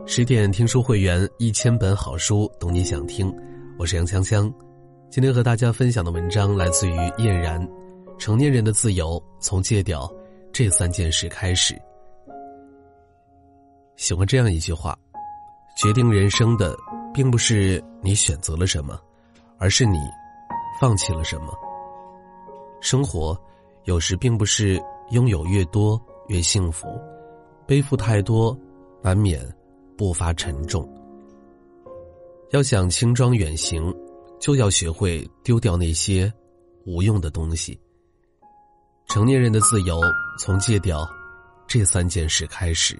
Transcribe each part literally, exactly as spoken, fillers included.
十点听书会员，一千本好书，懂你想听。我是杨锵锵，今天和大家分享的文章来自于晏然。成年人的自由，从戒掉这三件事开始。喜欢这样一句话：决定人生的，并不是你选择了什么，而是你放弃了什么。生活有时并不是拥有越多越幸福，背负太多，难免步伐沉重。要想轻装远行，就要学会丢掉那些无用的东西。成年人的自由，从戒掉这三件事开始。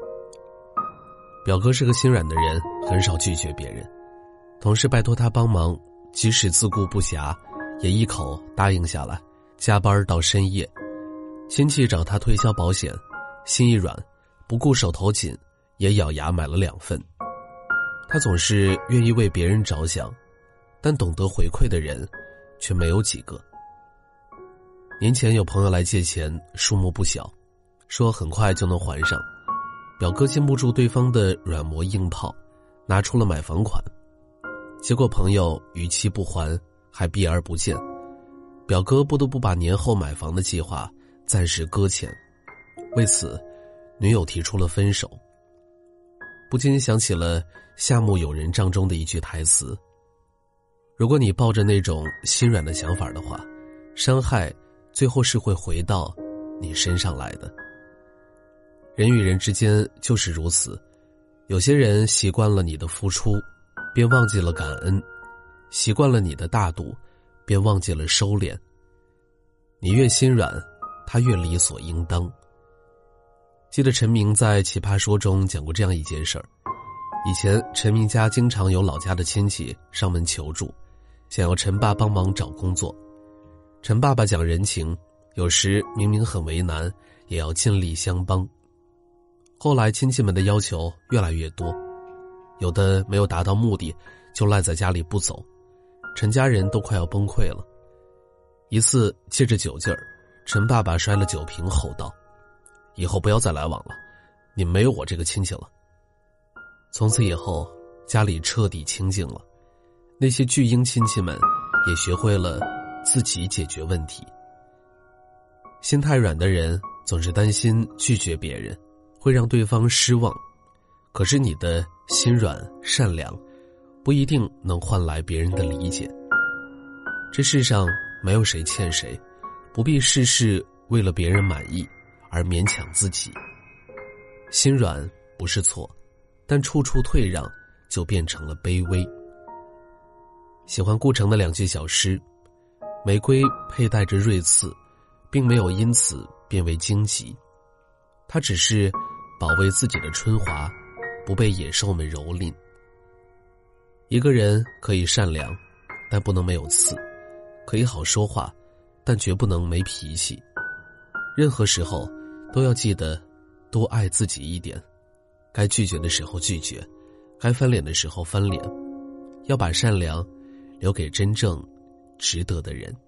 表哥是个心软的人，很少拒绝别人。同事拜托他帮忙，即使自顾不暇，也一口答应下来，加班到深夜。亲戚找他推销保险，心一软，不顾手头紧，也咬牙买了两份。他总是愿意为别人着想，但懂得回馈的人却没有几个。年前有朋友来借钱，数目不小，说很快就能还上。表哥禁不住对方的软磨硬泡，拿出了买房款。结果朋友逾期不还，还避而不见。表哥不得不把年后买房的计划暂时搁浅。为此，女友提出了分手。不禁想起了《夏目友人帐》中的一句台词：如果你抱着那种心软的想法的话，伤害最后是会回到你身上来的。人与人之间就是如此，有些人习惯了你的付出，便忘记了感恩；习惯了你的大度，便忘记了收敛。你越心软，他越理所应当。记得陈明在《奇葩说》中讲过这样一件事儿。以前陈明家经常有老家的亲戚上门求助，想要陈爸帮忙找工作。陈爸爸讲人情，有时明明很为难，也要尽力相帮。后来亲戚们的要求越来越多，有的没有达到目的就赖在家里不走，陈家人都快要崩溃了。一次借着酒劲儿，陈爸爸摔了酒瓶，吼道：以后不要再来往了，你没有我这个亲戚了。从此以后，家里彻底清静了，那些巨婴亲戚们也学会了自己解决问题。心太软的人总是担心拒绝别人会让对方失望，可是你的心软善良不一定能换来别人的理解。这世上没有谁欠谁，不必事事为了别人满意而勉强自己。心软不是错，但处处退让就变成了卑微。喜欢顾城的两句小诗：玫瑰佩戴着锐刺，并没有因此变为荆棘，它只是保卫自己的春华，不被野兽们蹂躏。一个人可以善良，但不能没有刺；可以好说话，但绝不能没脾气。任何时候都要记得多爱自己一点，该拒绝的时候拒绝，该翻脸的时候翻脸，要把善良留给真正值得的人。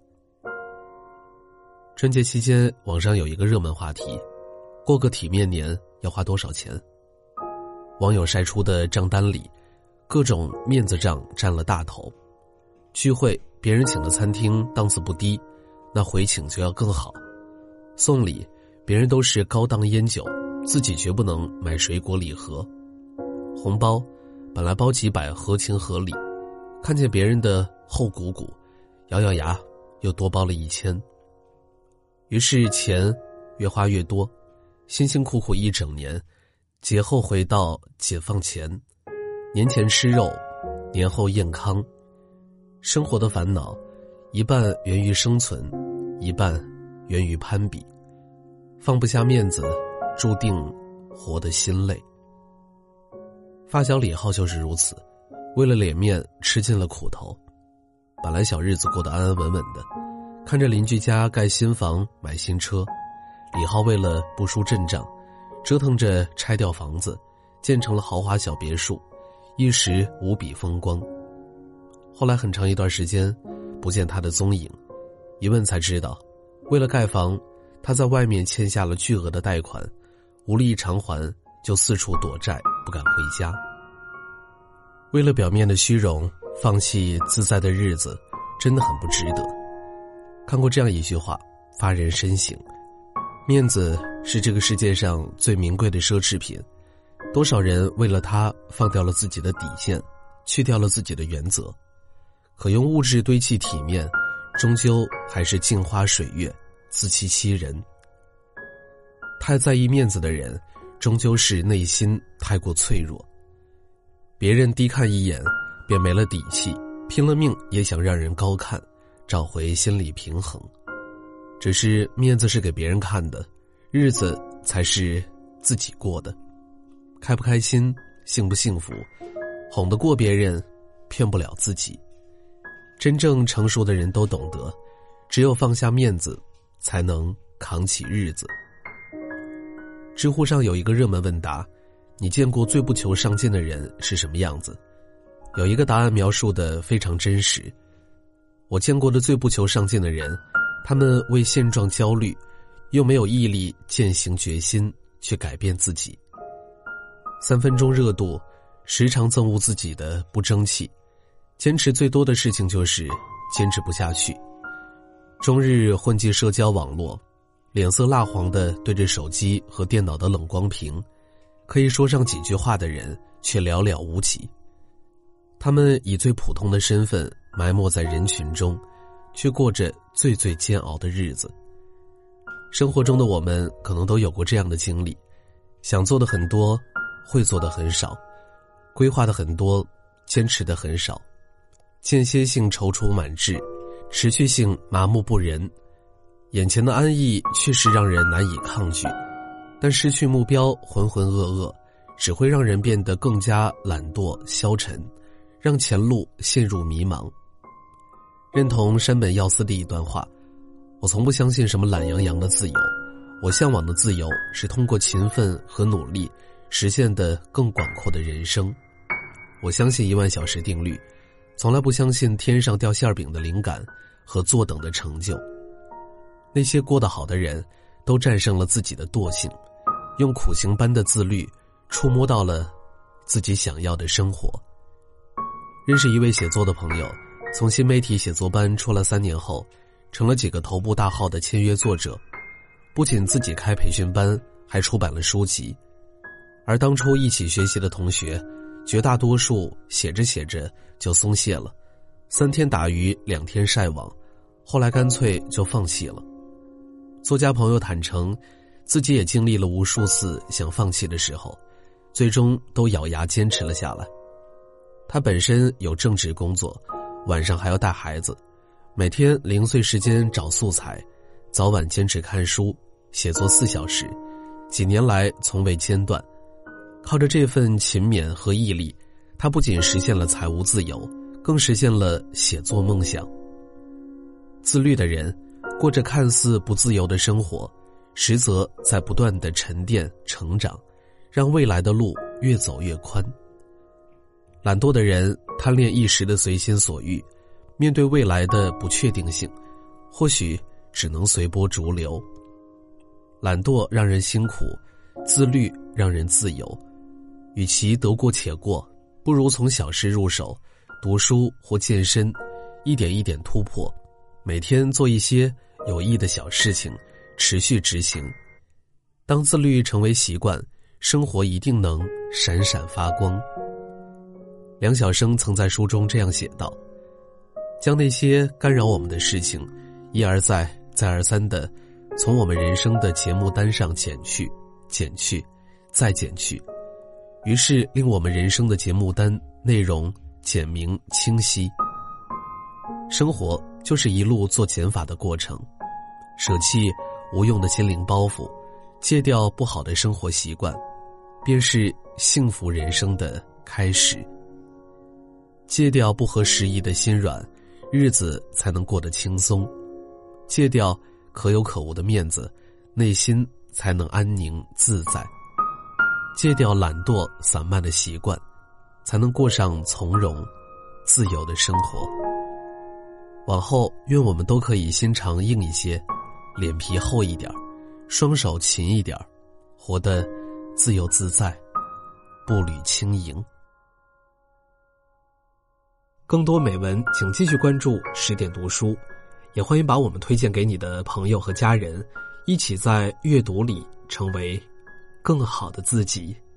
春节期间，网上有一个热门话题：过个体面年要花多少钱？网友晒出的账单里，各种面子账占了大头。聚会别人请的餐厅档次不低，那回请就要更好。送礼别人都是高档烟酒，自己绝不能买水果礼盒。红包本来包几百合情合理，看见别人的厚鼓鼓，咬咬牙又多包了一千。于是钱越花越多，辛辛苦苦一整年，节后回到解放前，年前吃肉，年后宴康。生活的烦恼，一半源于生存，一半源于攀比。放不下面子，注定活得心累。发小李浩就是如此，为了脸面吃尽了苦头。本来小日子过得安安稳稳的，看着邻居家盖新房买新车，李浩为了不输阵仗，折腾着拆掉房子，建成了豪华小别墅，一时无比风光。后来很长一段时间不见他的踪影，一问才知道，为了盖房，他在外面欠下了巨额的贷款，无力偿还， 就四处躲债，不敢回家。为了表面的虚荣，放弃自在的日子，真的很不值得。看过这样一句话，发人深省：面子是这个世界上最名贵的奢侈品，多少人为了它放掉了自己的底线，去掉了自己的原则。可用物质堆砌体面，终究还是镜花水月，自欺欺人。太在意面子的人，终究是内心太过脆弱。别人低看一眼便没了底气，拼了命也想让人高看，找回心理平衡。只是面子是给别人看的，日子才是自己过的。开不开心，幸不幸福，哄得过别人，骗不了自己。真正成熟的人都懂得，只有放下面子，才能扛起日子。知乎上有一个热门问答：你见过最不求上进的人是什么样子？有一个答案描述得非常真实。我见过的最不求上进的人，他们为现状焦虑，又没有毅力践行决心去改变自己。三分钟热度，时常憎恶自己的不争气，坚持最多的事情就是坚持不下去。终日混迹社交网络，脸色蜡黄地对着手机和电脑的冷光屏，可以说上几句话的人却寥寥无几。他们以最普通的身份埋没在人群中，却过着最最煎熬的日子。生活中的我们可能都有过这样的经历，想做的很多，会做的很少，规划的很多，坚持的很少，间歇性踌躇满志，持续性麻木不仁。眼前的安逸确实让人难以抗拒，但失去目标，浑浑噩噩，只会让人变得更加懒惰消沉，让前路陷入迷茫。认同山本耀司的一段话：我从不相信什么懒洋洋的自由，我向往的自由是通过勤奋和努力实现的更广阔的人生。我相信一万小时定律，从来不相信天上掉馅饼的灵感和坐等的成就。那些过得好的人，都战胜了自己的惰性，用苦行般的自律触摸到了自己想要的生活。认识一位写作的朋友，从新媒体写作班出来三年后，成了几个头部大号的签约作者，不仅自己开培训班，还出版了书籍。而当初一起学习的同学，绝大多数写着写着就松懈了，三天打鱼两天晒网，后来干脆就放弃了。作家朋友坦诚，自己也经历了无数次想放弃的时候，最终都咬牙坚持了下来。他本身有正职工作，晚上还要带孩子，每天零碎时间找素材，早晚坚持看书，写作四小时，几年来从未间断。靠着这份勤勉和毅力，他不仅实现了财务自由，更实现了写作梦想。自律的人过着看似不自由的生活，实则在不断的沉淀成长，让未来的路越走越宽。懒惰的人贪恋一时的随心所欲，面对未来的不确定性，或许只能随波逐流。懒惰让人辛苦，自律让人自由。与其得过且过，不如从小事入手，读书或健身，一点一点突破，每天做一些有益的小事情，持续执行。当自律成为习惯，生活一定能闪闪发光。梁晓声曾在书中这样写道：将那些干扰我们的事情一而再再而三地从我们人生的节目单上减去减去再减去，于是令我们人生的节目单内容简明清晰。生活就是一路做减法的过程，舍弃无用的心灵包袱，戒掉不好的生活习惯，便是幸福人生的开始。戒掉不合时宜的心软，日子才能过得轻松；戒掉可有可无的面子，内心才能安宁自在；戒掉懒惰散漫的习惯，才能过上从容自由的生活。往后愿我们都可以心肠硬一些，脸皮厚一点，双手勤一点，活得自由自在，步履轻盈。更多美文请继续关注十点读书，也欢迎把我们推荐给你的朋友和家人，一起在阅读里成为更好的自己。